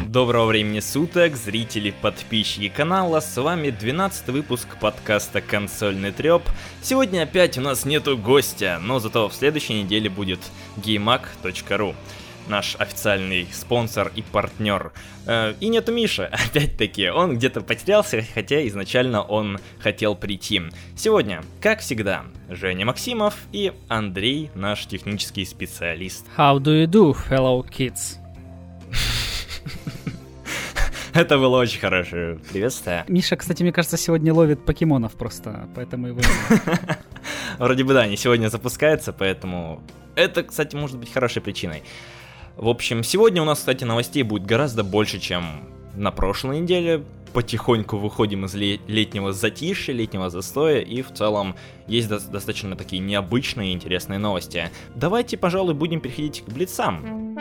Доброго времени суток, зрители, подписчики канала, с вами 12-й выпуск подкаста «Консольный трёп». Сегодня опять у нас нету гостя, но зато в следующей неделе будет GameMag.ru, наш официальный спонсор и партнер. И нету Миши, опять-таки, он где-то потерялся, хотя изначально он хотел прийти. Сегодня, как всегда, Женя Максимов и Андрей, наш технический специалист. How do you do, fellow kids? Это было очень хорошее приветствие. Миша, кстати, мне кажется, сегодня ловит покемонов просто, поэтому его... Вроде бы да, не сегодня запускается, поэтому это, кстати, может быть хорошей причиной. В общем, сегодня у нас, кстати, новостей будет гораздо больше, чем на прошлой неделе. Потихоньку выходим из летнего затишья, летнего застоя, и в целом есть достаточно такие необычные и интересные новости. Давайте, пожалуй, будем переходить к блицам.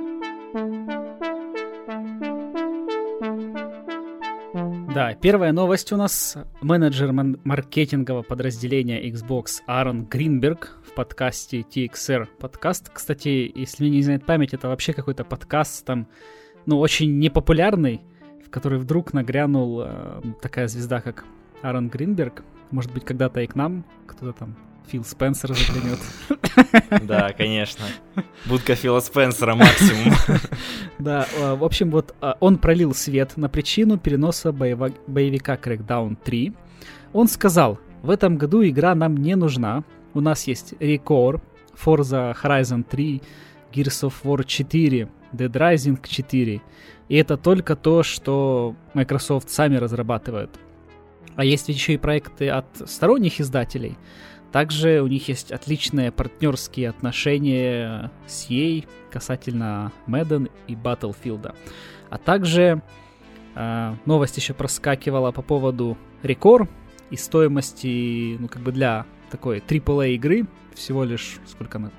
Да, первая новость у нас. Менеджер маркетингового подразделения Xbox Аарон Гринберг в подкасте TXR подкаст. Кстати, если мне не изменяет память, это вообще какой-то подкаст там, очень непопулярный, в который вдруг нагрянул такая звезда, как Аарон Гринберг. Может быть, когда-то и к нам кто-то там, Фил Спенсер заглянет. Да, конечно. Будка Фила Спенсера максимум. Да, в общем, вот он пролил свет на причину переноса боевика Crackdown 3. Он сказал: в этом году игра нам не нужна. У нас есть Recore, Forza Horizon 3, Gears of War 4, Dead Rising 4. И это только то, что Microsoft сами разрабатывают. А есть еще и проекты от сторонних издателей. Также у них есть отличные партнерские отношения с EA касательно Madden и Battlefield. А также новость еще проскакивала по поводу Recore и стоимости, для такой AAA игры всего лишь, сколько она,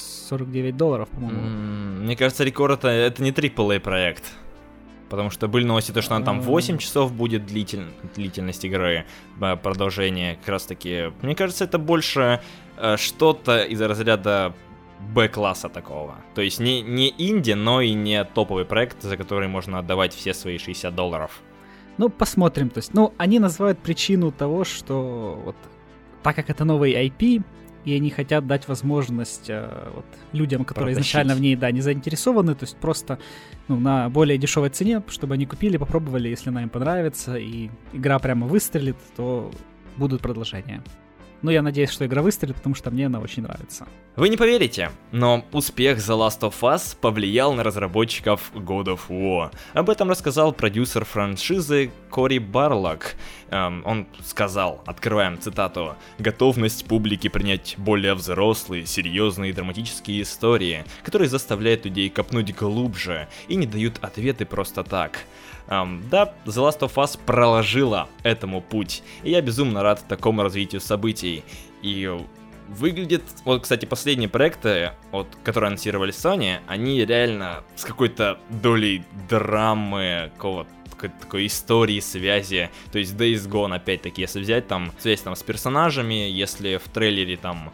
$49, по-моему. Мне кажется, Recore это не AAA проект. Потому что были новости, что она там 8 часов будет длительность игры, продолжение как раз таки. Мне кажется, это больше что-то из разряда Б-класса такого. То есть не инди, но и не топовый проект, за который можно отдавать все свои $60. Посмотрим. То есть, они называют причину того, что вот так как это новый IP, и они хотят дать возможность людям, которые изначально в ней, не заинтересованы, то есть просто на более дешевой цене, чтобы они купили, попробовали, если она им понравится, и игра прямо выстрелит, то будут продолжения. Я надеюсь, что игра выстрелит, потому что мне она очень нравится. Вы не поверите, но успех The Last of Us повлиял на разработчиков God of War. Об этом рассказал продюсер франшизы Кори Барлок. Он сказал, открываем цитату: «Готовность публики принять более взрослые, серьезные и драматические истории, которые заставляют людей копнуть глубже и не дают ответы просто так». Да, The Last of Us проложила этому путь, и я безумно рад такому развитию событий. И выглядит... Вот, кстати, последние проекты, которые анонсировали Sony, они реально с какой-то долей драмы, какого-то такой истории, связи. То есть Days Gone, опять-таки, если взять там связь с персонажами, если в трейлере там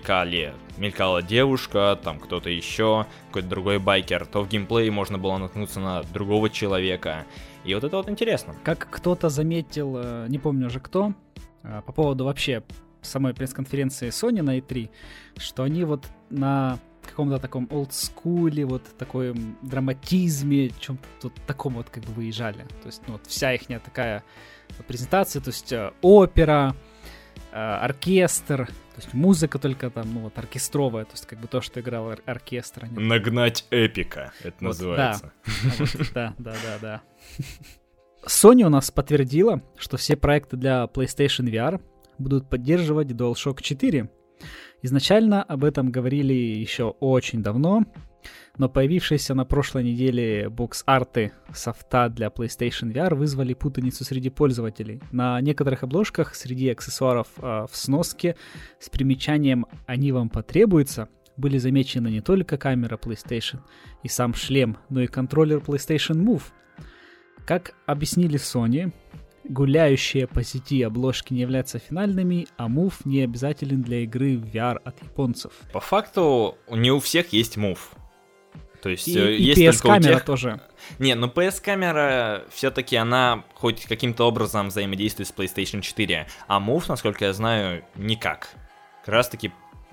мелькала девушка, там кто-то еще, какой-то другой байкер, то в геймплее можно было наткнуться на другого человека. И вот это интересно. Как кто-то заметил, не помню уже кто, по поводу вообще самой пресс-конференции Sony на E3, что они на каком-то таком олдскуле, такой драматизме, чем-то тут таком выезжали. То есть, вся их такая презентация, то есть опера, оркестр, то есть музыка только там, оркестровая, то есть то, что играл оркестр. Нагнать эпика, это называется. Да. Sony у нас подтвердила, что все проекты для PlayStation VR будут поддерживать DualShock 4. Изначально об этом говорили еще очень давно, но появившиеся на прошлой неделе бокс-арты софта для PlayStation VR вызвали путаницу среди пользователей. На некоторых обложках среди аксессуаров в сноске с примечанием «Они вам потребуются» были замечены не только камера PlayStation и сам шлем, но и контроллер PlayStation Move. Как объяснили Sony, гуляющие по сети обложки не являются финальными, а Move не обязателен для игры в VR от японцев. По факту, не у всех есть Move. То есть И есть PS-камера только у тех... тоже. Не, но PS-камера все-таки она хоть каким-то образом взаимодействует с PlayStation 4, а Move, насколько я знаю, никак. Как раз таки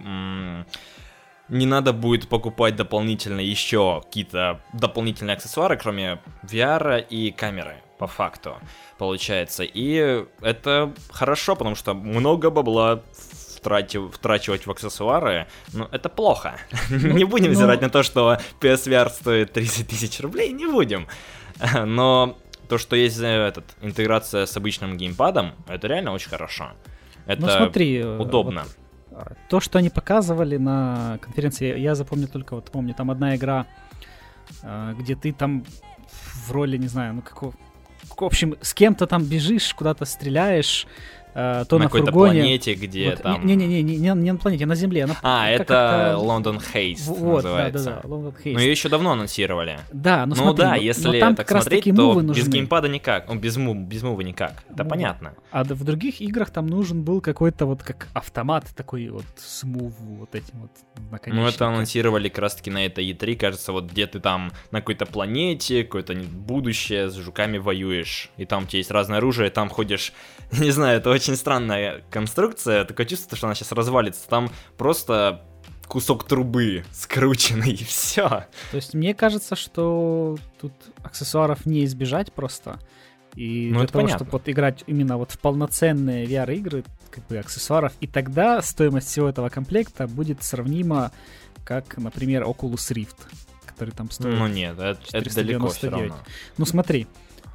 не надо будет покупать дополнительно еще какие-то дополнительные аксессуары, кроме VR и камеры, по факту, получается. И это хорошо, потому что много бабла втрачивать в аксессуары, но это плохо. Не будем взирать на то, что PSVR стоит 30 тысяч рублей, не будем. Но то, что есть интеграция с обычным геймпадом, это реально очень хорошо. Это удобно. То, что они показывали на конференции, я запомнил только, вот помню, там одна игра, где ты там в роли, не знаю, в общем, с кем-то там бежишь, куда-то стреляешь, то на какой-то фургоне. Планете, где вот, там... Не на планете, а на Земле. Это London Haze вот, называется. Да, London Haze. Но ее еще давно анонсировали. Да, но смотри, если там так как раз смотреть, таки то мувы без нужны. геймпада никак, без мува никак, это понятно. А в других играх там нужен был какой-то вот как автомат такой вот с мув вот этим вот наконечником. Ну это анонсировали как раз таки на этой E3, кажется, вот где ты там на какой-то планете, какое-то будущее, с жуками воюешь, и там у тебя есть разное оружие, там ходишь, не знаю, это очень странная конструкция, такое чувство, что она сейчас развалится, там просто кусок трубы скрученный, и все. То есть мне кажется, что тут аксессуаров не избежать просто. И для того, чтобы вот играть именно вот в полноценные VR-игры, как бы аксессуаров, и тогда стоимость всего этого комплекта будет сравнима, как, например, Oculus Rift, который там стоит. Ну нет, это далеко все равно. Ну смотри.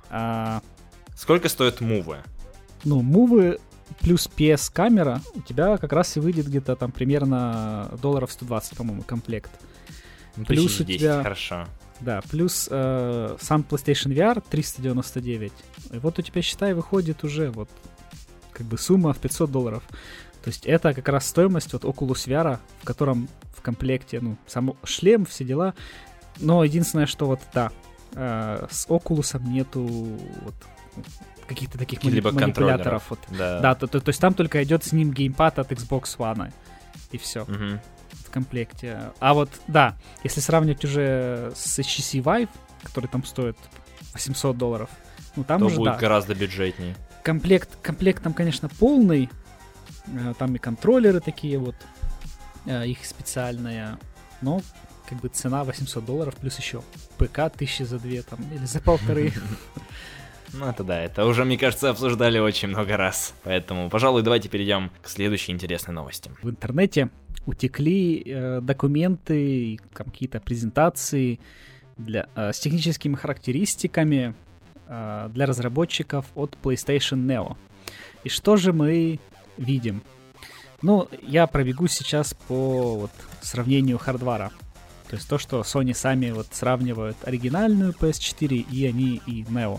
Сколько стоят мувы? Ну, мувы плюс PS-камера у тебя как раз и выйдет где-то там примерно $120, по-моему, комплект. Плюс у тебя... Хорошо. Да, плюс сам PlayStation VR 399. И вот у тебя, считай, выходит уже вот как бы сумма в $500. То есть это как раз стоимость вот Oculus VR, в котором в комплекте, ну, сам шлем, все дела. Но единственное, что вот, да, с Oculus нету вот каких-то таких манипуляторов. Вот. Да, то есть там только идет с ним геймпад от Xbox One. И все. В комплекте. А вот, да, если сравнивать уже с HTC Vive, который там стоит $800, ну там то уже, будет гораздо бюджетнее. Комплект там, конечно, полный. Там и контроллеры такие вот, их специальные. Но как бы цена $800 плюс еще ПК 1000 за 2 там, или за 1500. Ну это да, это уже, мне кажется, обсуждали очень много раз. Поэтому, пожалуй, давайте перейдем к следующей интересной новости. В интернете утекли документы, какие-то презентации с техническими характеристиками для разработчиков от PlayStation Neo. И что же мы видим? Ну, я пробегусь сейчас по вот сравнению хардвара. То есть то, что Sony сами вот сравнивают оригинальную PS4 и Neo.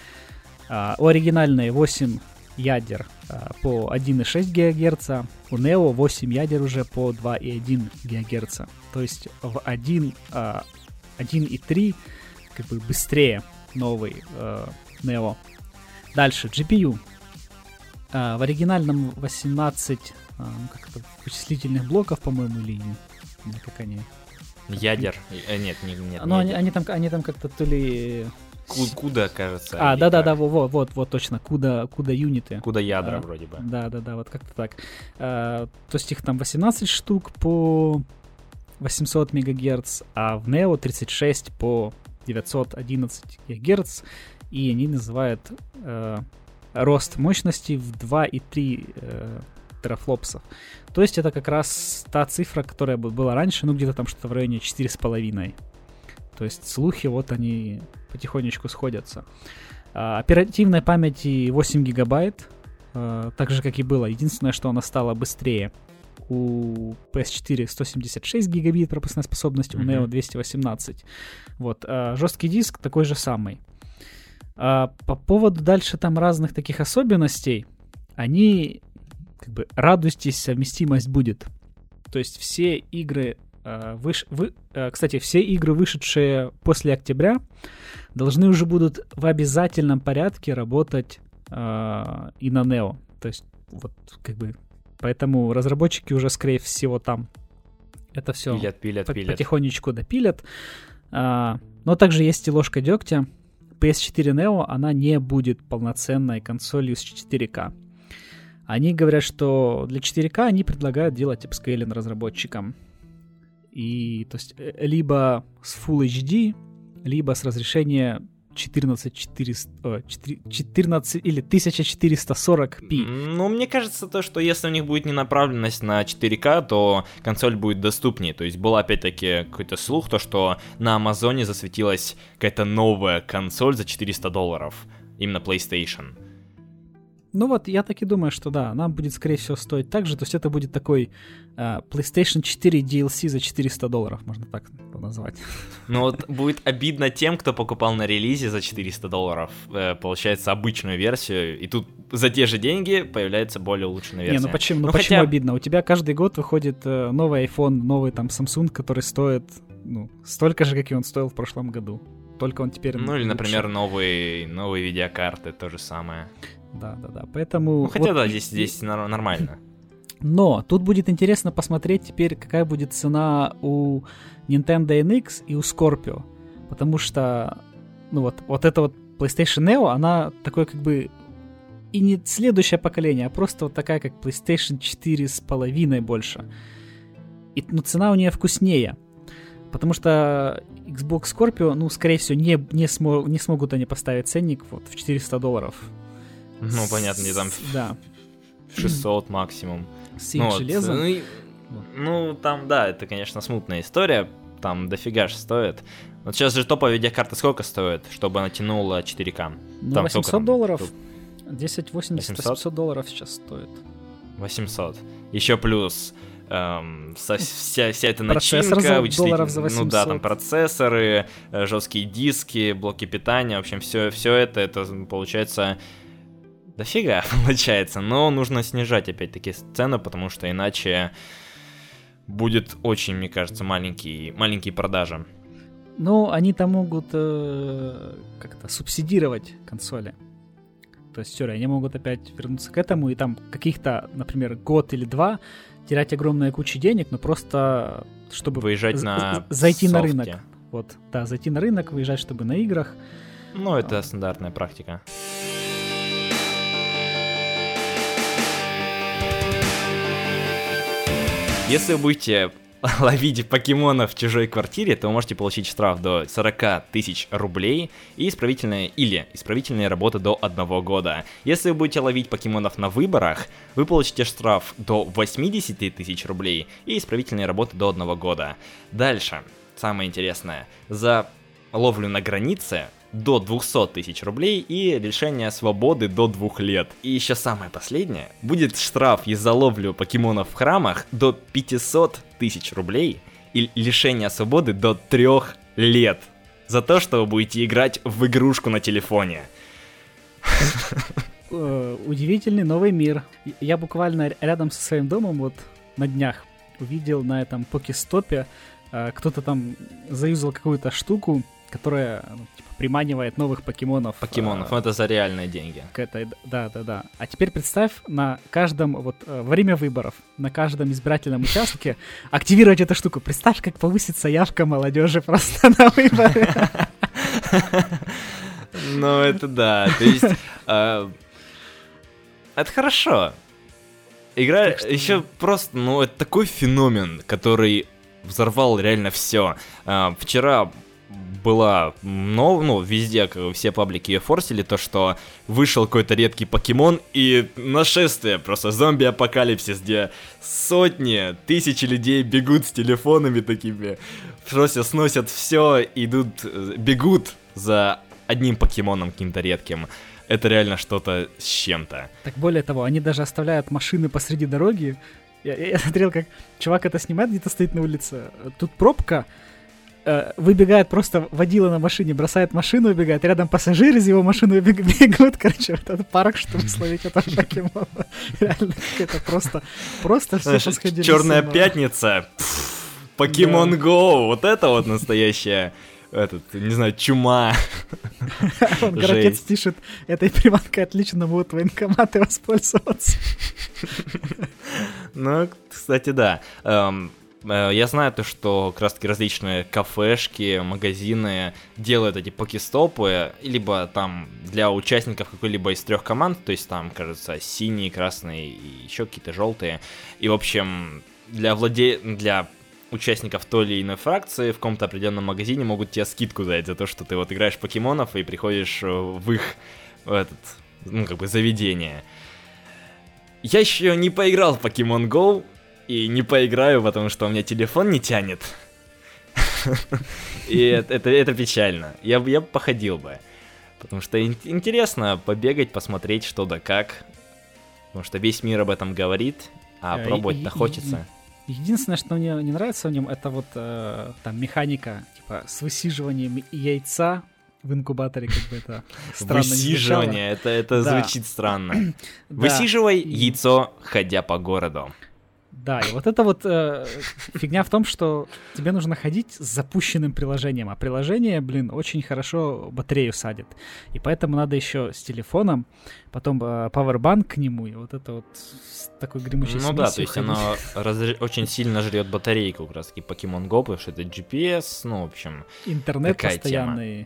У оригинальной 8 ядер по 1,6 ГГц, у Neo 8 ядер уже по 2,1 ГГц. То есть в 1,3 как бы быстрее новый Neo. Дальше GPU. В оригинальном 18 вычислительных блоков, по-моему, или как они... Ядер? Нет. Ну, они там как-то то ли... CUDA, кажется. Да, вот, точно, CUDA юниты. CUDA ядра вроде бы. Да, вот как-то так. То есть их там 18 штук по 800 МГц, а в Neo 36 по 911 ГГц, и они называют рост мощности в 2,3 терафлопсов. То есть это как раз та цифра, которая была раньше, ну где-то там что-то в районе 4,5. То есть слухи, вот они потихонечку сходятся. Оперативной памяти 8 гигабайт, так же, как и было. Единственное, что она стала быстрее. У PS4 176 гигабит пропускная способность, у Neo 218. Вот. Жесткий диск такой же самый. По поводу дальше там разных таких особенностей, они, как бы, радуйтесь, совместимость будет. То есть все игры... Кстати, все игры, вышедшие после октября, должны уже будут в обязательном порядке работать и на Neo. То есть, вот, как бы, поэтому разработчики уже, скорее всего, там это все пилят. потихонечку допилят. Но также есть и ложка дегтя. PS4 Neo, она не будет полноценной консолью с 4К. Они говорят, что для 4К они предлагают делать апскейлинг разработчикам. И, то есть, либо с Full HD, либо с разрешения 14 или 1440p. Ну, мне кажется, то, что если у них будет не направленность на 4К, то консоль будет доступнее. То есть был опять-таки какой-то слух, то, что на Амазоне засветилась какая-то новая консоль за $400. Именно PlayStation. Ну вот, я так и думаю, что да, она будет, скорее всего, стоить так же. То есть это будет такой PlayStation 4 DLC за $400, можно так назвать. Ну вот будет обидно тем, кто покупал на релизе за $400, получается, обычную версию, и тут за те же деньги появляется более улучшенная версия. Не, ну почему, почему обидно? У тебя каждый год выходит новый iPhone, новый там Samsung, который стоит столько же, как и он стоил в прошлом году. Только он теперь или, например, новые видеокарты, то же самое. Да. Поэтому... Ну, хотя да, здесь нормально. Но тут будет интересно посмотреть теперь, какая будет цена у Nintendo NX и у Scorpio. Потому что, вот эта вот PlayStation Neo, она такое как бы и не следующее поколение, а просто вот такая, как PlayStation 4,5 больше. И цена у нее вкуснее. Потому что Xbox Scorpio, скорее всего, не смогут они поставить ценник вот в $400. Ну, понятно, не там 600 максимум. С их железом. Там, да, это, конечно, смутная история. Там дофига же стоит. Вот сейчас же топовая видеокарта сколько стоит, чтобы она тянула 4К? Там $800. 1080 $800 сейчас стоит. 800. Еще плюс вся эта процессор начинка, за $800. Там процессоры, жесткие диски, блоки питания, в общем, все это получается дофига получается, но нужно снижать опять-таки цену, потому что иначе будет очень, мне кажется, маленькие продажи. Ну, они-то могут как-то субсидировать консоли. То есть, все, они могут опять вернуться к этому и там каких-то, например, год или два терять огромную кучу денег, но просто чтобы выезжать зайти софте. На рынок. Вот, да, зайти на рынок, выезжать, чтобы на играх. Ну, это стандартная практика. Если вы будете ловить покемонов в чужой квартире, то вы можете получить штраф до 40 тысяч рублей и исправительные работы до 1 года. Если вы будете ловить покемонов на выборах, вы получите штраф до 80 тысяч рублей и исправительные работы до 1 года. Дальше, самое интересное, за ловлю на границе до 200 тысяч рублей и лишение свободы до 2 лет. И еще самое последнее, будет штраф из-за ловлю покемонов в храмах до 500 тысяч рублей и лишение свободы до 3 лет. За то, что вы будете играть в игрушку на телефоне. Удивительный новый мир. Я буквально рядом со своим домом вот на днях увидел на этом покестопе, кто-то там заюзал какую-то штуку, которая приманивает новых покемонов. Это за реальные деньги. Да. А теперь представь, на каждом, во время выборов, на каждом избирательном участке активировать эту штуку. Представь, как повысится явка молодежи просто на выборы. Ну, это да. То есть, это хорошо. Игра еще просто, это такой феномен, который взорвал реально все. Вчера была, везде, все паблики ее форсили, то, что вышел какой-то редкий покемон, и нашествие, просто зомби-апокалипсис, где сотни, тысячи людей бегут с телефонами такими, просто сносят все, бегут за одним покемоном каким-то редким. Это реально что-то с чем-то. Так более того, они даже оставляют машины посреди дороги. Я смотрел, как чувак это снимает, где-то стоит на улице. Тут пробка, выбегает просто водила на машине, бросает машину, убегает, рядом пассажир из его машины бегут, короче, вот этот парк, чтобы словить этого покемона. Реально, это просто все посходили. Черная пятница, Покемон Go, вот это вот настоящая, чума. Городец пишет, этой приманкой отлично могут военкоматы воспользоваться. Ну, кстати, да. Я знаю то, что как раз таки различные кафешки, магазины делают эти покестопы, либо там для участников какой-либо из 3 команд, то есть там, кажется, синий, красный и еще какие-то желтые. И, в общем, для участников той или иной фракции в каком-то определенном магазине могут тебе скидку дать за то, что ты вот играешь в покемонов и приходишь в их заведение. Я еще не поиграл в Pokemon Go и не поиграю, потому что у меня телефон не тянет. И это печально. Я бы походил бы. Потому что интересно побегать, посмотреть что да как. Потому что весь мир об этом говорит, а пробовать-то хочется. Единственное, что мне не нравится в нем, это вот там механика, типа, с высиживанием яйца в инкубаторе, как бы это странно высиживание, это звучит странно. Высиживай яйцо, ходя по городу. Да, и вот это вот фигня в том, что тебе нужно ходить с запущенным приложением, а приложение, очень хорошо батарею садит. И поэтому надо еще с телефоном, потом пауэрбанк к нему, и вот это вот такой гремучий смесью. Ну да, то есть оно очень сильно жрет батарейку, как раз таки Pokemon Go, потому что это GPS, в общем, интернет постоянный.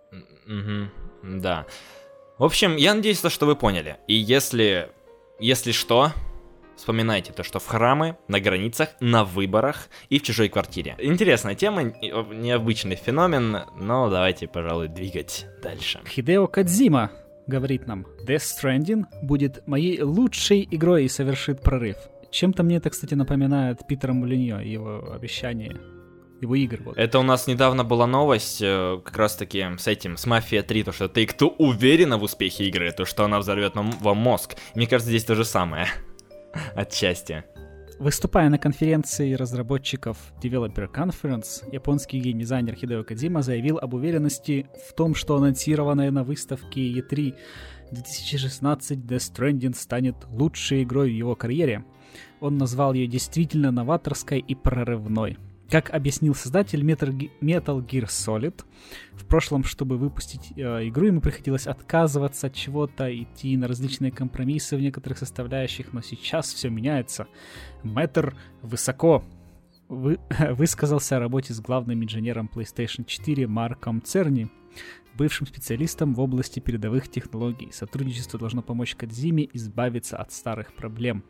Угу, да. В общем, я надеюсь, что вы поняли. И если что... Вспоминайте то, что в храмы, на границах, на выборах и в чужой квартире. Интересная тема, необычный феномен, но давайте, пожалуй, двигать дальше. Хидео Кодзима говорит нам: Death Stranding будет моей лучшей игрой и совершит прорыв. Чем-то мне это, кстати, напоминает Питера Молиньо и его обещания, его игр. Вот. Это у нас недавно была новость, как раз-таки с Mafia 3, то, что Take-Two уверена в успехе игры, то, что она взорвет вам мозг. Мне кажется, здесь то же самое. Отчасти. Выступая на конференции разработчиков Developer Conference, японский геймдизайнер Хидео Кодзима заявил об уверенности в том, что анонсированная на выставке E3 2016 Death Stranding станет лучшей игрой в его карьере. Он назвал ее действительно новаторской и прорывной. Как объяснил создатель Metal Gear Solid, в прошлом, чтобы выпустить игру, ему приходилось отказываться от чего-то, идти на различные компромиссы в некоторых составляющих, но сейчас все меняется. Мэтр высоко высказался о работе с главным инженером PlayStation 4 Марком Церни, бывшим специалистом в области передовых технологий. Сотрудничество должно помочь Кодзиме избавиться от старых проблем.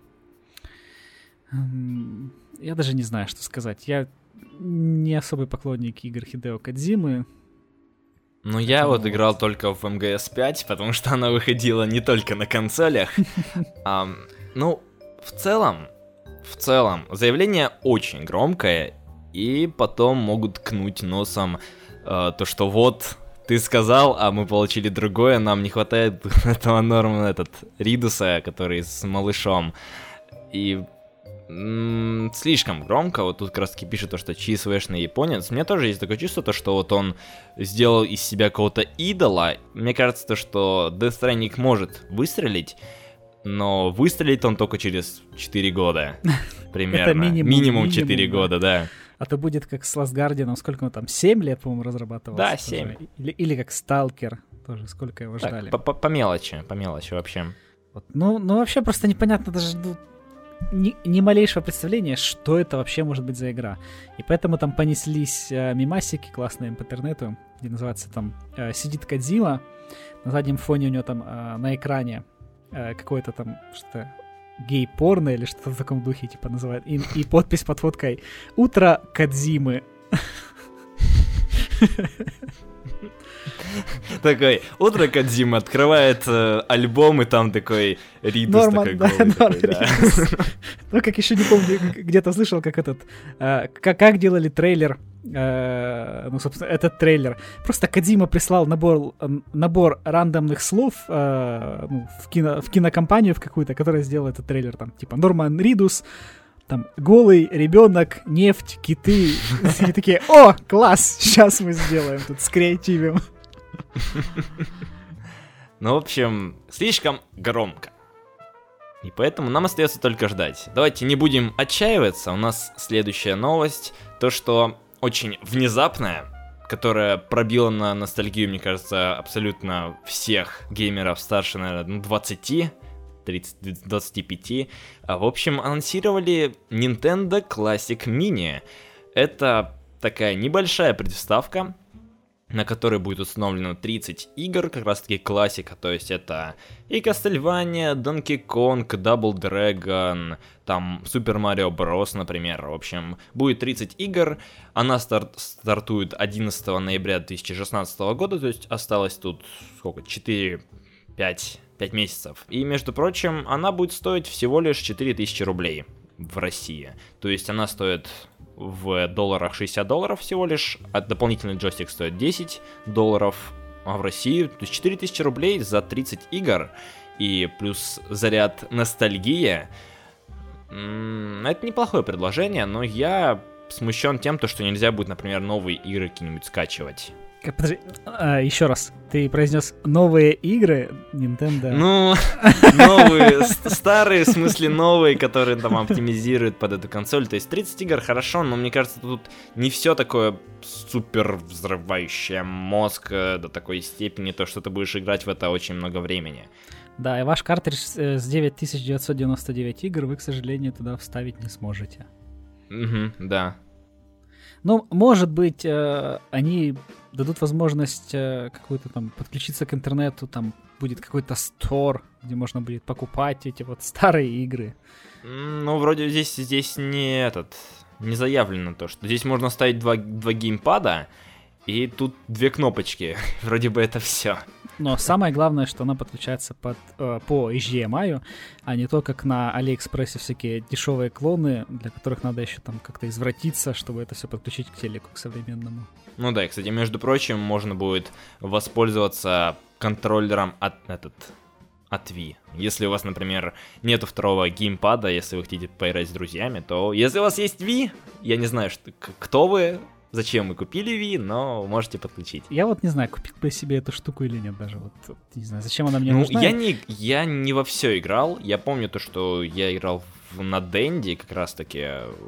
Я даже не знаю, что сказать. Я не особый поклонник игр Хидео Кодзимы. Ну, я вот играл только в МГС 5, потому что она выходила не только на консолях. Ну, в целом, заявление очень громкое, и потом могут ткнуть носом то, что вот, ты сказал, а мы получили другое, нам не хватает этого Ридуса, который с малышом. И слишком громко, вот тут как раз таки пишет то, что ЧСВшный японец. У меня тоже есть такое чувство, то, что вот он сделал из себя какого-то идола. Мне кажется, то, что Death Stranding может выстрелить, но выстрелит он только через 4 года. Примерно. Это минимум 4 года, да. А то будет как с Last Guardian, сколько он там, 7 лет, по-моему, разрабатывался? Да, 7. Или как Stalker, тоже сколько его ждали. По мелочи вообще. Вот. Ну, вообще просто непонятно даже... Ни малейшего представления, что это вообще может быть за игра. И поэтому там понеслись мемасики классные по интернету, где называется там «Сидит Кодзима», на заднем фоне у него там на экране какое-то там что-то гей-порно или что-то в таком духе типа называют, и подпись под фоткой «Утро Кодзимы». Такой, утро Кодзима открывает альбом, и там такой Ридус такой голый. Ну, как еще не помню, где-то слышал, как делали трейлер, ну, собственно, этот трейлер. Просто Кодзима прислал набор рандомных слов в кинокомпанию в какую-то, которая сделала этот трейлер, там, типа, Норман Ридус, там, голый ребенок, нефть, киты. И такие: о, класс, сейчас мы сделаем тут, скреативим. Ну, в общем, слишком громко. И поэтому нам остается только ждать. Давайте не будем отчаиваться. У нас следующая новость. То, что очень внезапная, которая пробила на ностальгию, мне кажется, абсолютно всех геймеров старше, наверное, 20. 25. В общем, анонсировали Nintendo Classic Mini. Это такая небольшая приставка, на которой будет установлено 30 игр, как раз таки классика, то есть это и Castlevania, Donkey Kong, Double Dragon, там Super Mario Bros, например. В общем, будет 30 игр, она стартует 11 ноября 2016 года, то есть осталось тут сколько, 4-5 месяцев. И, между прочим, она будет стоить всего лишь 4000 рублей в России, то есть она стоит... в долларах $60 всего лишь, а дополнительный джойстик стоит $10, а в России, то есть 4000 рублей за 30 игр, и плюс заряд ностальгия. Это неплохое предложение, но я смущен тем, что нельзя будет, например, новые игры какие-нибудь скачивать. Подожди, еще раз. Ты произнес новые игры Nintendo? Ну, новые, старые, в смысле новые, которые там оптимизируют под эту консоль. То есть 30 игр хорошо, но мне кажется, тут не все такое супер взрывающее мозг до такой степени, то, что ты будешь играть в это очень много времени. Да, и ваш картридж с 9999 игр вы, к сожалению, туда вставить не сможете. Да. Ну, может быть, они дадут возможность какую-то там подключиться к интернету, там будет какой-то стор, где можно будет покупать эти вот старые игры. Ну, вроде здесь не заявлено то, что здесь можно ставить два геймпада, и тут 2 кнопочки. Вроде бы это все. Но самое главное, что она подключается по HDMI, а не то, как на Алиэкспрессе всякие дешевые клоны, для которых надо еще там как-то извратиться, чтобы это все подключить к телеку, к современному. Ну да, и, кстати, между прочим, можно будет воспользоваться контроллером от Wii. Если у вас, например, нету второго геймпада, если вы хотите поиграть с друзьями, то если у вас есть Wii, я не знаю, кто вы, зачем вы купили Wii, но можете подключить. Я вот не знаю, купил бы себе эту штуку или нет даже. Вот не знаю, зачем она мне нужна. Я не во все играл. Я помню то, что я играл на Денди как раз-таки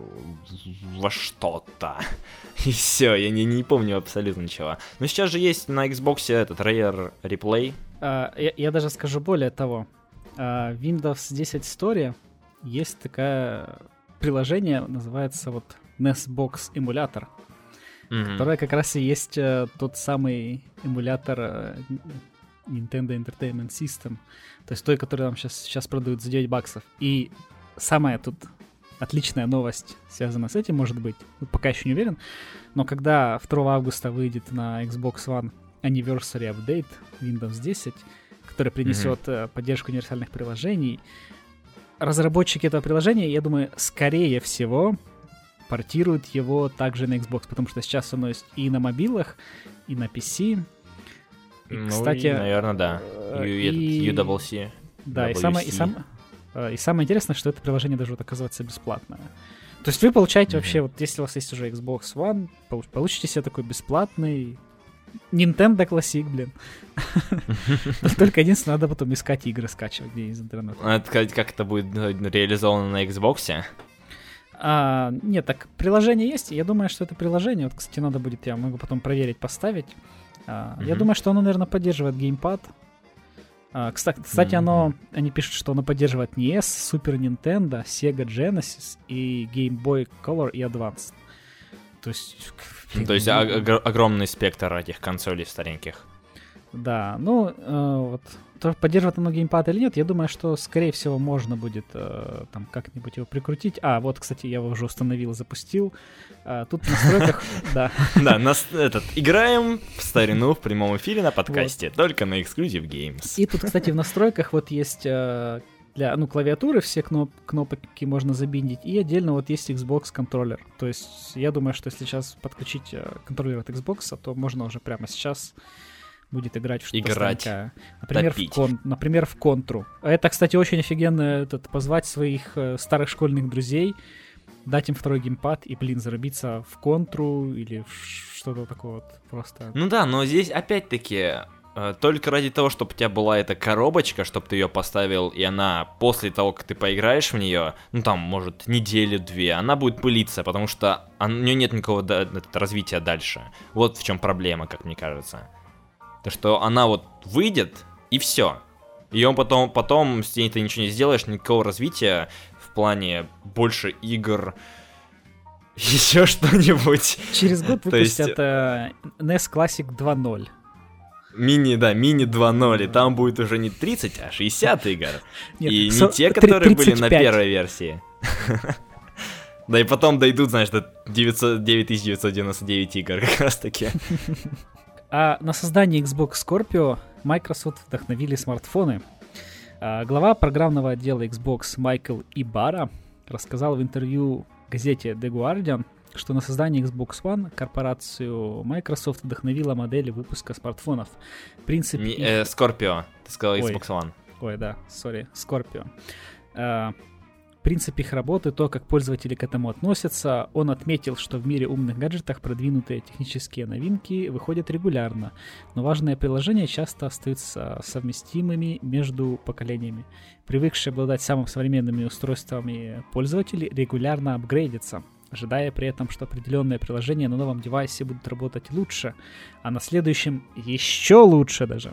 во что-то. И все, я не помню абсолютно ничего. Но сейчас же есть на Xbox этот Rare Replay. Я даже скажу более того. Windows 10 Store есть такое приложение, называется вот NESbox эмулятор. Которая как раз и есть тот самый эмулятор Nintendo Entertainment System. То есть той, который нам сейчас продают за $9. И самая тут отличная новость связана с этим, может быть, пока еще не уверен, но когда 2 августа выйдет на Xbox One Anniversary Update Windows 10, который принесет поддержку универсальных приложений, разработчики этого приложения, я думаю, скорее всего портируют его также на Xbox, потому что сейчас оно есть и на мобилах, и на PC. И, кстати, наверное, да. UWC. Да, и самое интересное, что это приложение даже вот оказывается бесплатное. То есть вы получаете вообще, вот если у вас есть уже Xbox One, получите себе такой бесплатный Nintendo Classic, блин. Только единственное, надо потом искать игры, скачивать где из интернета. А как это будет реализовано на Xbox? Нет, так приложение есть. Я думаю, что это приложение. Вот, кстати, надо будет, я могу потом проверить, поставить. Я думаю, что оно, наверное, поддерживает геймпад. Кстати, они пишут, что оно поддерживает NES, Super Nintendo, Sega Genesis и Game Boy Color и Advance. То есть огромный спектр этих консолей стареньких. Да, ну, вот, поддерживает оно геймпад или нет, я думаю, что, скорее всего, можно будет там как-нибудь его прикрутить. Вот, кстати, я его уже установил, запустил. Тут в настройках, да. Да, играем в старину в прямом эфире на подкасте, только на Exclusive Games. И тут, кстати, в настройках вот есть для клавиатуры все кнопки можно забиндить, и отдельно вот есть Xbox контроллер. То есть я думаю, что если сейчас подключить контроллер от Xbox, то можно уже прямо сейчас будет играть в что-то старенькое. Например, в Контру. Это, кстати, очень офигенно позвать своих старых школьных друзей, дать им второй геймпад и, зарубиться в Контру или в что-то такое вот просто. Ну да, но здесь опять-таки только ради того, чтобы у тебя была эта коробочка, чтобы ты ее поставил, и она после того, как ты поиграешь в нее, ну там, может, неделю-две, она будет пылиться, потому что у нее нет никакого развития дальше. Вот в чем проблема, как мне кажется. То, что она вот выйдет, и все. И он потом с ней ты ничего не сделаешь, никакого развития в плане больше игр, еще что-нибудь. Через год выпустят NES Classic 2.0. Мини 2.0, и там будет уже не 30, а 60 игр. Нет, и не те, которые 35. были на первой версии. Да и потом дойдут, знаешь, до 9999 игр как раз таки. А на создание Xbox Scorpio Microsoft вдохновили смартфоны. Глава программного отдела Xbox Майкл Ибара рассказал в интервью газете The Guardian, что на создание Xbox One корпорацию Microsoft вдохновила модель выпуска смартфонов. В принципе... Scorpio, ты сказал Xbox One. Ой, да, сори, Scorpio. Принцип их работы, то, как пользователи к этому относятся. Он отметил, что в мире умных гаджетов продвинутые технические новинки выходят регулярно, но важные приложения часто остаются совместимыми между поколениями. Привыкшие обладать самыми современными устройствами пользователи регулярно апгрейдятся, ожидая при этом, что определенные приложения на новом девайсе будут работать лучше, а на следующем еще лучше даже.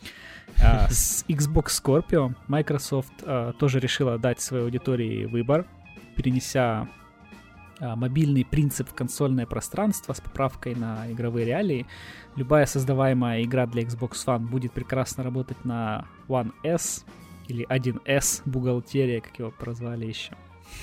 С Xbox Scorpio Microsoft тоже решила дать своей аудитории выбор, перенеся мобильный принцип в консольное пространство с поправкой на игровые реалии. Любая создаваемая игра для Xbox One будет прекрасно работать на One S или 1S, бухгалтерия, как его прозвали еще.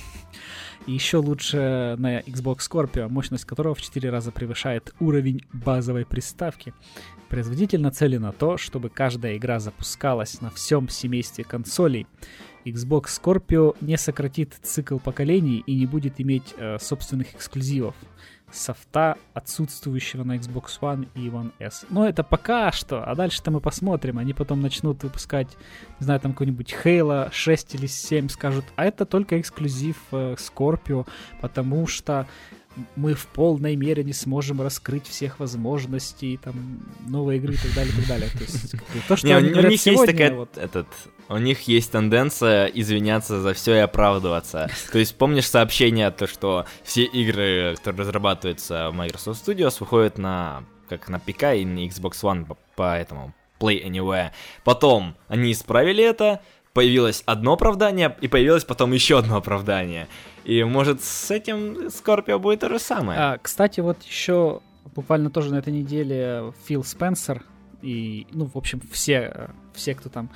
И еще лучше на Xbox Scorpio, мощность которого в 4 раза превышает уровень базовой приставки. Производитель нацелен на то, чтобы каждая игра запускалась на всем семействе консолей. Xbox Scorpio не сократит цикл поколений и не будет иметь собственных эксклюзивов, софта, отсутствующего на Xbox One и One S. Но это пока что, а дальше-то мы посмотрим. Они потом начнут выпускать, не знаю, там какой-нибудь Halo 6 или 7, скажут, а это только эксклюзив Scorpio, потому что мы в полной мере не сможем раскрыть всех возможностей, там, новой игры и так далее, и так далее. То есть, то, что они говорят сегодня... У них есть тенденция извиняться за все и оправдываться. То есть помнишь сообщение, то, что все игры, которые разрабатываются в Microsoft Studios, выходят на ПК и на Xbox One по этому Play Anywhere. Потом они исправили это, появилось одно оправдание, и появилось потом еще одно оправдание. И может с этим Scorpio будет то же самое. Кстати, вот еще буквально тоже на этой неделе Фил Спенсер и, ну, в общем, все, кто там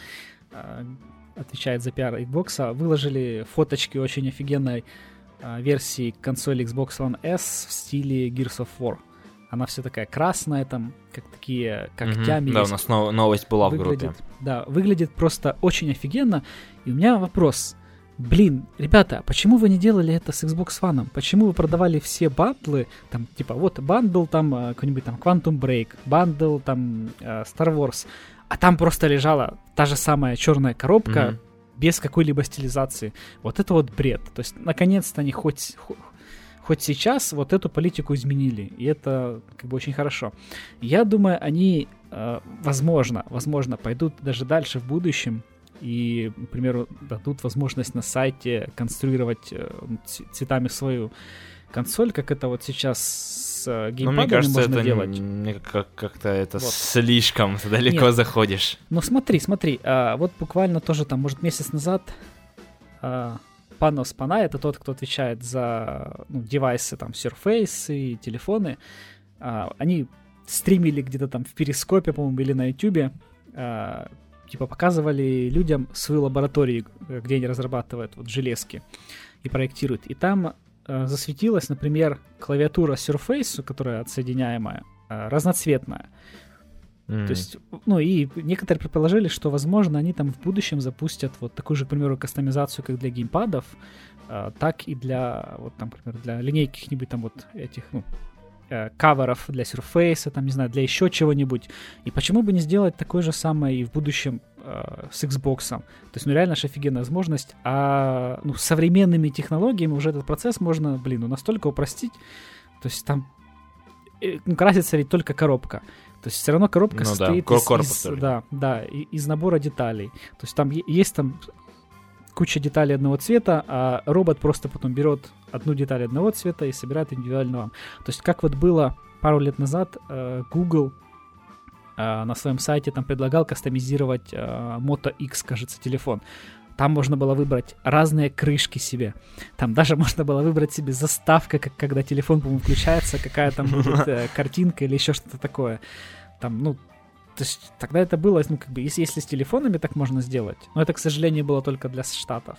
отвечает за пиар Xbox, выложили фоточки очень офигенной версии консоли Xbox One S в стиле Gears of War. Она вся такая красная, там, как такие когтями. Да, у нас новость была в группе. Да, выглядит просто очень офигенно. И у меня вопрос. Блин, ребята, почему вы не делали это с Xbox One? Почему вы продавали все бандлы? Там, типа, вот бандл, там, какой-нибудь там Quantum Break, бандл, там, Star Wars. А там просто лежала та же самая черная коробка без какой-либо стилизации. Вот это вот бред. То есть, наконец-то они хоть сейчас вот эту политику изменили. И это как бы очень хорошо. Я думаю, они, возможно, пойдут даже дальше в будущем. И, к примеру, дадут возможность на сайте конструировать цветами свою консоль, как это вот сейчас с геймпадами мне кажется, можно это делать. Мне как-то это вот. Слишком далеко Нет. заходишь. Ну смотри, вот буквально тоже там, может, месяц назад Panos Panay, это тот, кто отвечает за девайсы, там, Surface и телефоны, они стримили где-то там в Перископе, по-моему, или на Ютубе, типа показывали людям свою лабораторию, где они разрабатывают вот железки и проектируют. И там засветилась, например, клавиатура Surface, которая отсоединяемая, разноцветная. То есть, ну и некоторые предположили, что, возможно, они там в будущем запустят вот такую же, к примеру, кастомизацию, как для геймпадов, так и для, вот там, например, для линейки каких-нибудь там вот этих, каверов для Surface, там, не знаю, для еще чего-нибудь. И почему бы не сделать такое же самое и в будущем с Xbox? То есть, реально же офигенная возможность. А с современными технологиями уже этот процесс можно, настолько упростить. То есть, там красится ведь только коробка. То есть, все равно коробка состоит из набора деталей. То есть, там есть там куча деталей одного цвета, а робот просто потом берет одну деталь одного цвета и собирает индивидуально вам. То есть, как вот было пару лет назад, Google на своем сайте там предлагал кастомизировать Moto X, кажется, телефон. Там можно было выбрать разные крышки себе. Там даже можно было выбрать себе заставка, когда телефон, по-моему, включается, какая там будет картинка или еще что-то такое. Там, ну, то есть тогда это было, ну, как бы, если с телефонами так можно сделать. Но это, к сожалению, было только для Штатов.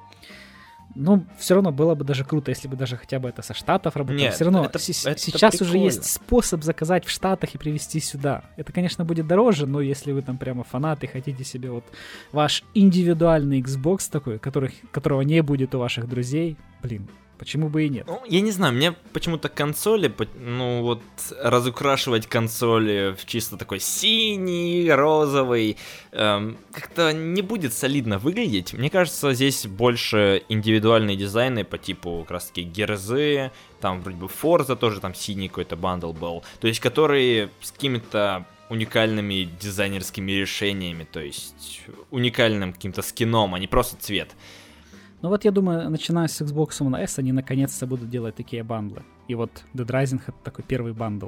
Ну, все равно было бы даже круто, если бы даже хотя бы это со Штатов работало. Нет, все равно это сейчас прикольно. уже есть способ заказать в Штатах и привезти сюда. Это, конечно, будет дороже, но если вы там прямо фанаты, хотите себе вот ваш индивидуальный Xbox такой, которого не будет у ваших друзей, блин, почему бы и нет? Ну, я не знаю, мне почему-то консоли, ну вот разукрашивать консоли в чисто такой синий, розовый, как-то не будет солидно выглядеть. Мне кажется, здесь больше индивидуальные дизайны по типу как раз таки Герзы, там вроде бы Forza тоже там синий какой-то бандл был, то есть которые с какими-то уникальными дизайнерскими решениями, то есть уникальным каким-то скином, а не просто цвет. Ну вот я думаю, начиная с Xbox One S, они наконец-то будут делать такие бандлы. И вот Dead Rising — это такой первый бандл.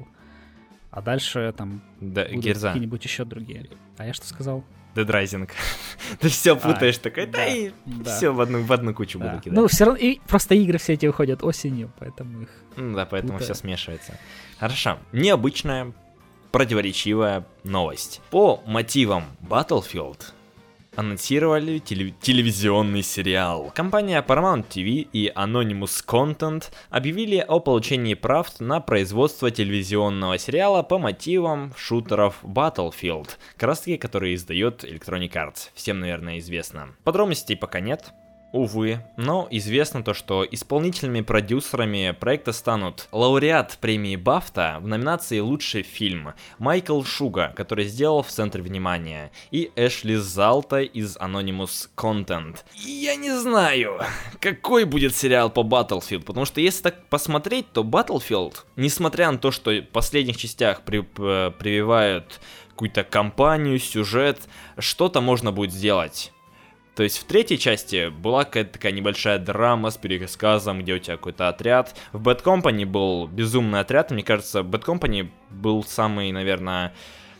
А дальше там будут Герза. какие-нибудь еще другие. А я что сказал? Dead Rising. Ты все путаешь такой, да, все в одну кучу буду кидать. Ну, все равно, и просто игры все эти выходят осенью, поэтому их... Да, поэтому все смешивается. Хорошо. Необычная, противоречивая новость. По мотивам Battlefield анонсировали телевизионный сериал. Компания Paramount TV и Anonymous Content объявили о получении прав на производство телевизионного сериала по мотивам шутеров Battlefield, как раз таки, который издает Electronic Arts. Всем, наверное, известно. Подробностей пока нет. Увы, но известно то, что исполнительными продюсерами проекта станут лауреат премии BAFTA в номинации «Лучший фильм» Майкл Шуга, который сделал «В центре внимания», и Эшли Залта из Anonymous Content. И я не знаю, какой будет сериал по Battlefield, потому что если так посмотреть, то Battlefield, несмотря на то, что в последних частях прививают какую-то кампанию, сюжет, что-то можно будет сделать. То есть в третьей части была какая-то такая небольшая драма с пересказом, где у тебя какой-то отряд. В Bad Company был безумный отряд, и мне кажется, Bad Company был самый, наверное,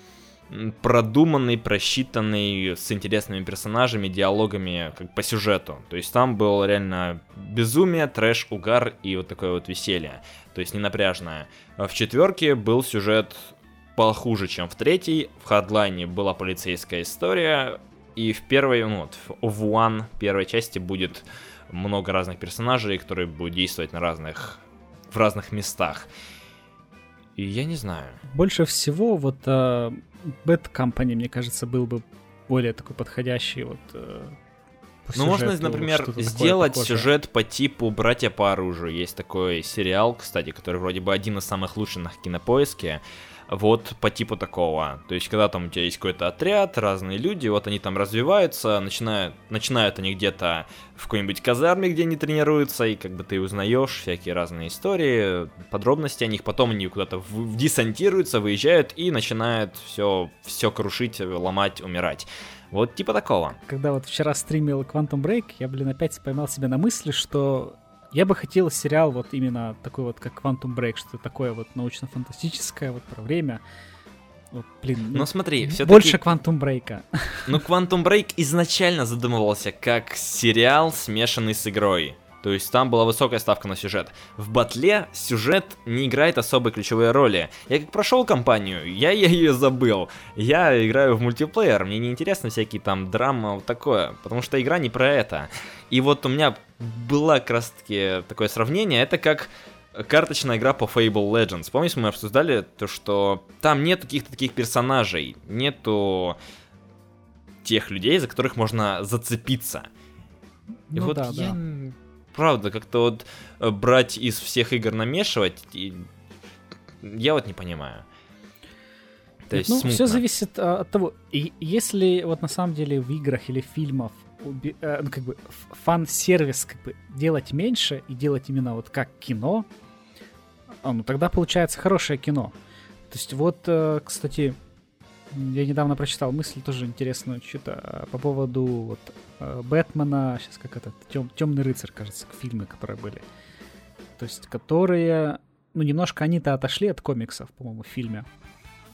продуманный, просчитанный, с интересными персонажами, диалогами как по сюжету. То есть там было реально безумие, трэш, угар и вот такое вот веселье. То есть ненапряжное. В четверке был сюжет похуже, чем в третьей. В Hardline была полицейская история. И в первой, ну вот, в One первой части будет много разных персонажей, которые будут действовать в разных местах. И я не знаю. Больше всего вот Bad Company, мне кажется, был бы более такой подходящий вот по сюжету, можно, например, сделать сюжет по типу «Братья по оружию». Есть такой сериал, кстати, который вроде бы один из самых лучших на Кинопоиске. Вот по типу такого. То есть, когда там у тебя есть какой-то отряд, разные люди, вот они там развиваются, начинают они где-то в какой-нибудь казарме, где они тренируются, и как бы ты узнаешь всякие разные истории, подробности о них, потом они куда-то десантируются, выезжают и начинают все крушить, ломать, умирать. Вот типа такого. Когда вот вчера стримил Quantum Break, я, опять поймал себя на мысли, что я бы хотел сериал вот именно такой вот, как Quantum Break, что такое вот научно-фантастическое, вот про время. Вот, блин, ну смотри, все-таки... Больше Quantum Break. Ну, Quantum Break изначально задумывался как сериал, смешанный с игрой. То есть там была высокая ставка на сюжет. В батле сюжет не играет особой ключевой роли. Я как прошел кампанию, я ее забыл. Я играю в мультиплеер, мне не интересно всякие там драмы, вот такое. Потому что игра не про это. И вот у меня было как раз таки такое сравнение, это как карточная игра по Fable Legends. Помните, мы обсуждали то, что там нет каких-то таких персонажей, нету тех людей, за которых можно зацепиться. И ну, вот да, я... Правда, как-то вот брать из всех игр намешивать, я вот не понимаю. То есть, ну, все зависит от того, и если вот на самом деле в играх или фильмах ну, как бы фан-сервис как бы делать меньше и делать именно вот как кино, ну тогда получается хорошее кино. То есть вот, кстати, я недавно прочитал мысль тоже интересную, что-то по поводу вот Бэтмена, сейчас как этот, Темный рыцарь, кажется, фильмы, которые были. То есть, которые, ну, немножко они-то отошли от комиксов, по-моему, в фильме.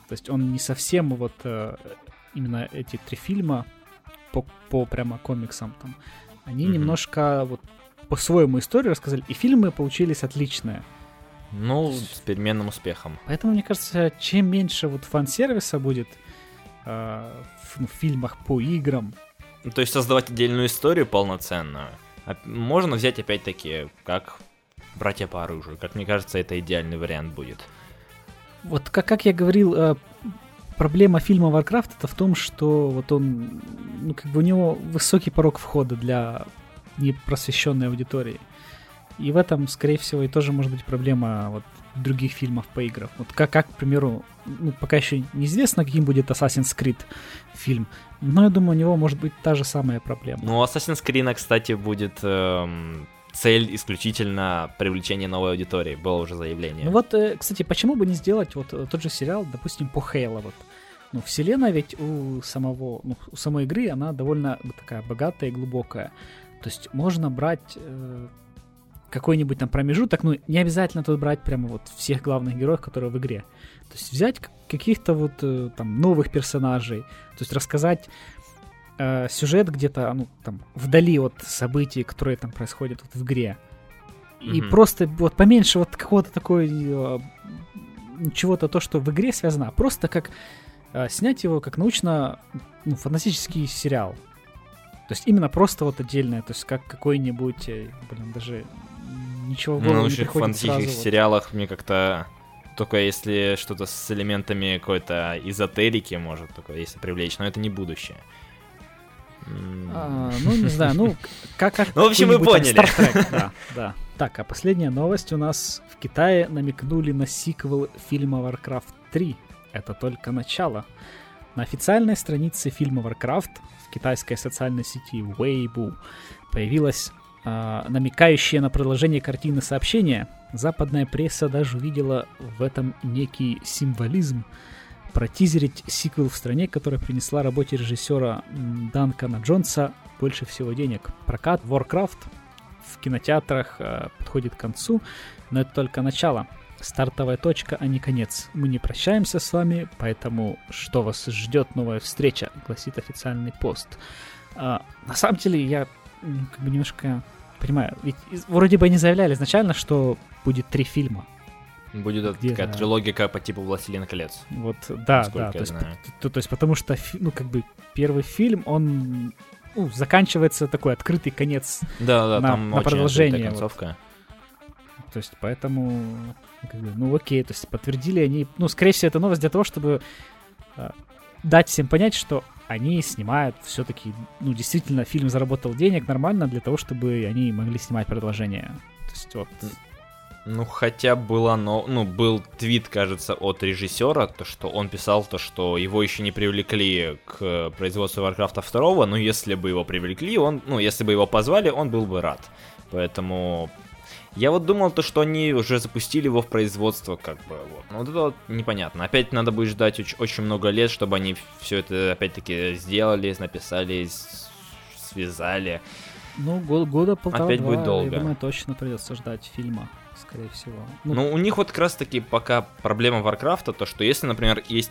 То есть он не совсем вот именно эти 3 фильма по прямо комиксам там, они немножко вот по-своему историю рассказали, и фильмы получились отличные. Ну, с переменным успехом. Поэтому, мне кажется, чем меньше вот фан-сервиса будет в фильмах по играм. То есть создавать отдельную историю полноценную. Можно взять опять-таки, как «Братья по оружию». Как мне кажется, это идеальный вариант будет. Вот как я говорил, проблема фильма Warcraft это в том, что вот он, ну, как бы у него высокий порог входа для непросвещенной аудитории. И в этом, скорее всего, и тоже может быть проблема вот других фильмов по играм. Вот как, к примеру, ну, пока еще неизвестно, каким будет Assassin's Creed фильм, но я думаю, у него может быть та же самая проблема. Ну, у Assassin's Creed, кстати, будет цель исключительно привлечение новой аудитории. Было уже заявление. Ну вот, кстати, почему бы не сделать вот тот же сериал, допустим, по Halo. Вот. Ну, вселенная ведь у самой игры, она довольно такая богатая и глубокая. То есть можно брать какой-нибудь там промежуток, ну, не обязательно тут брать прямо вот всех главных героев, которые в игре. То есть взять каких-то вот там новых персонажей, то есть рассказать сюжет где-то, ну, там, вдали от событий, которые там происходят вот в игре. И просто вот поменьше вот какого-то такой чего-то то, что в игре связано, а просто как снять его как научно-фантастический сериал. То есть именно просто вот отдельное, то есть как какой-нибудь, даже ничего в голову не приходит сразу. В фантастических сериалах мне как-то только если что-то с элементами какой-то эзотерики может такое, если привлечь, но это не будущее. Ну, не знаю, ну, как ну, в общем, вы поняли. Star Trek, да. Так, а последняя новость у нас. В Китае намекнули на сиквел фильма Warcraft 3. Это только начало. На официальной странице фильма Warcraft в китайской социальной сети Weibo появилось намекающее на продолжение картины сообщение. Западная пресса даже увидела в этом некий символизм. Протизерить сиквел в стране, которая принесла работе режиссера Данкана Джонса больше всего денег. Прокат Warcraft в кинотеатрах подходит к концу, но это только начало. Стартовая точка, а не конец. Мы не прощаемся с вами, поэтому что вас ждет новая встреча, гласит официальный пост. На самом деле я как бы немножко понимаю, ведь вроде бы они заявляли изначально, что будет 3 фильма. Будет такая трилогия по типу «Властелина колец». Вот, да. То есть потому что, ну, как бы, первый фильм, он заканчивается такой открытый конец там на продолжение. Концовка. Вот. То есть поэтому, как бы, ну окей, то есть подтвердили они, ну, скорее всего, это новость для того, чтобы дать всем понять, что они снимают все-таки, ну, действительно, фильм заработал денег нормально для того, чтобы они могли снимать продолжение. То есть вот... Ну, хотя был твит, кажется, от режиссера, то, что он писал, то, что его еще не привлекли к производству Warcraft 2, но если бы его привлекли, если бы его позвали, он был бы рад. Поэтому я вот думал, то, что они уже запустили его в производство, как бы, вот. Но вот это вот непонятно. Опять надо будет ждать очень много лет, чтобы они все это, опять-таки, сделали, написали, связали. Ну, года полтора-два, опять будет долго. Я думаю, точно придется ждать фильма. Скорее всего. Ну, у них вот как раз-таки пока проблема Warcraft'а, то, что если, например, есть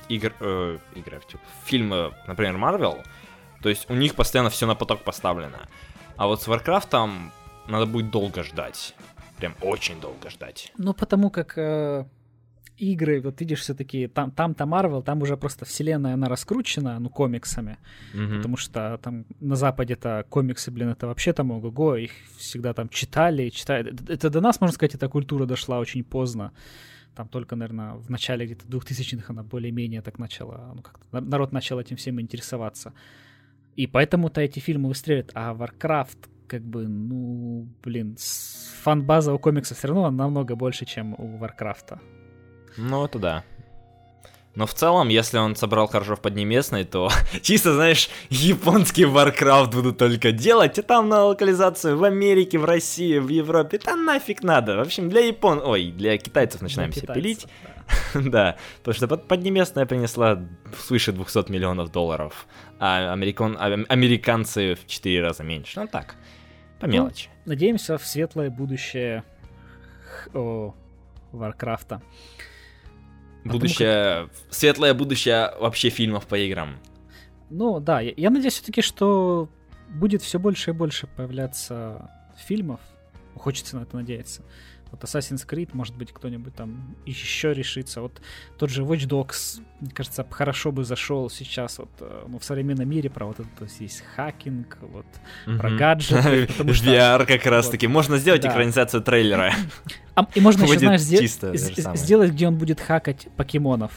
фильмы, например, Marvel, то есть у них постоянно все на поток поставлено. А вот с Warcraft'ом надо будет долго ждать. Прям очень долго ждать. Ну, потому как игры, вот видишь, все-таки там-то Marvel, там уже просто вселенная, она раскручена, ну, комиксами. Потому что там на Западе-то комиксы, это вообще там ого-го, их всегда там читали. Это до нас, можно сказать, эта культура дошла очень поздно. Там только, наверное, в начале где-то 2000-х она более-менее так начала, ну, как-то народ начал этим всем интересоваться. И поэтому-то эти фильмы выстреливают. А Warcraft, как бы, ну, фан-база у комиксов все равно намного больше, чем у Warcraft'а. Ну, это да. Но в целом, если он собрал хорошо в Поднебесной, то чисто, знаешь, японский Warcraft будут только делать, и там на локализацию в Америке, в России, в Европе, там нафиг надо. В общем, для китайцев начинаемся пилить. Да, потому что Поднебесная принесла свыше $200 миллионов, а американцы в 4 раза меньше. Ну так, по мелочи. Надеемся в светлое будущее Warcraft'а. Будущее, светлое будущее вообще фильмов по играм. Ну да, я надеюсь все-таки, что будет все больше и больше появляться фильмов. Хочется на это надеяться. Вот Assassin's Creed, может быть, кто-нибудь там еще решится. Вот тот же Watch Dogs, мне кажется, хорошо бы зашел сейчас вот, в современном мире про вот это, то есть есть хакинг, вот, про гаджеты. VR как раз-таки. Можно сделать экранизацию трейлера. И можно еще, знаешь, сделать, где он будет хакать покемонов.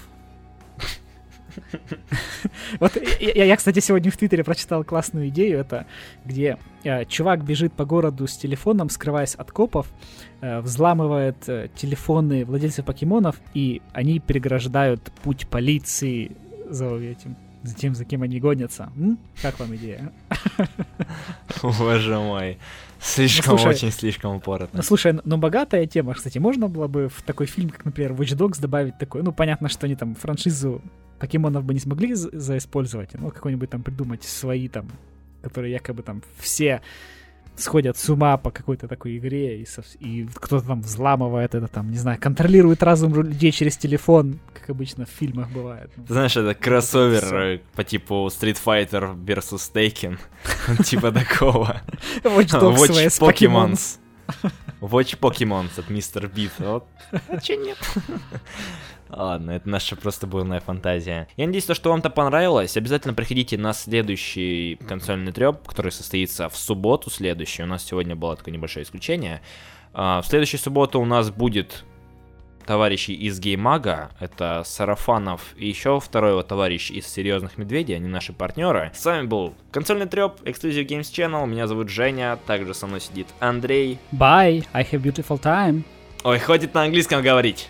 Вот я, кстати, сегодня в Твиттере прочитал классную идею, это где чувак бежит по городу с телефоном, скрываясь от копов, взламывает телефоны владельцев покемонов, и они переграждают путь полиции за тем, за кем они гонятся. Как вам идея? Боже мой. Слишком упоротно. Слушай, богатая тема, кстати, можно было бы в такой фильм, как, например, Watch Dogs добавить такой, понятно, что они там франшизу покемонов бы не смогли заиспользовать, но какой-нибудь там придумать свои там, которые якобы там все сходят с ума по какой-то такой игре, и кто-то там взламывает это там, не знаю, контролирует разум людей через телефон, как обычно в фильмах бывает. Ты знаешь, это кроссовер по типу Street Fighter vs. Taken, типа такого. Watch Dogs vs. Pokemons. Watch Pokemons от Mr. Beat. Вот. А че нет? Ладно, это наша просто бурная фантазия. Я надеюсь, что вам-то понравилось. Обязательно приходите на следующий консольный трёп, который состоится в субботу следующую. У нас сегодня было такое небольшое исключение. В следующую субботу у нас будет товарищи из Геймага, это Сарафанов и еще второй его товарищ из Серьезных Медведей, они наши партнеры. С вами был консольный трёп, Exclusive Games Channel, меня зовут Женя, также со мной сидит Андрей. Bye, I have beautiful time. Ой, хватит на английском говорить.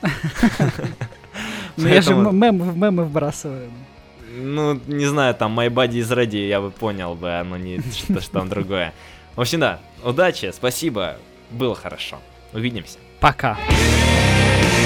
Ну я же мемы вбрасываю. Ну, не знаю, там My Body is Ready, я бы понял бы, но не что-то там другое. В общем, да, удачи, спасибо, было хорошо. Увидимся. Пока.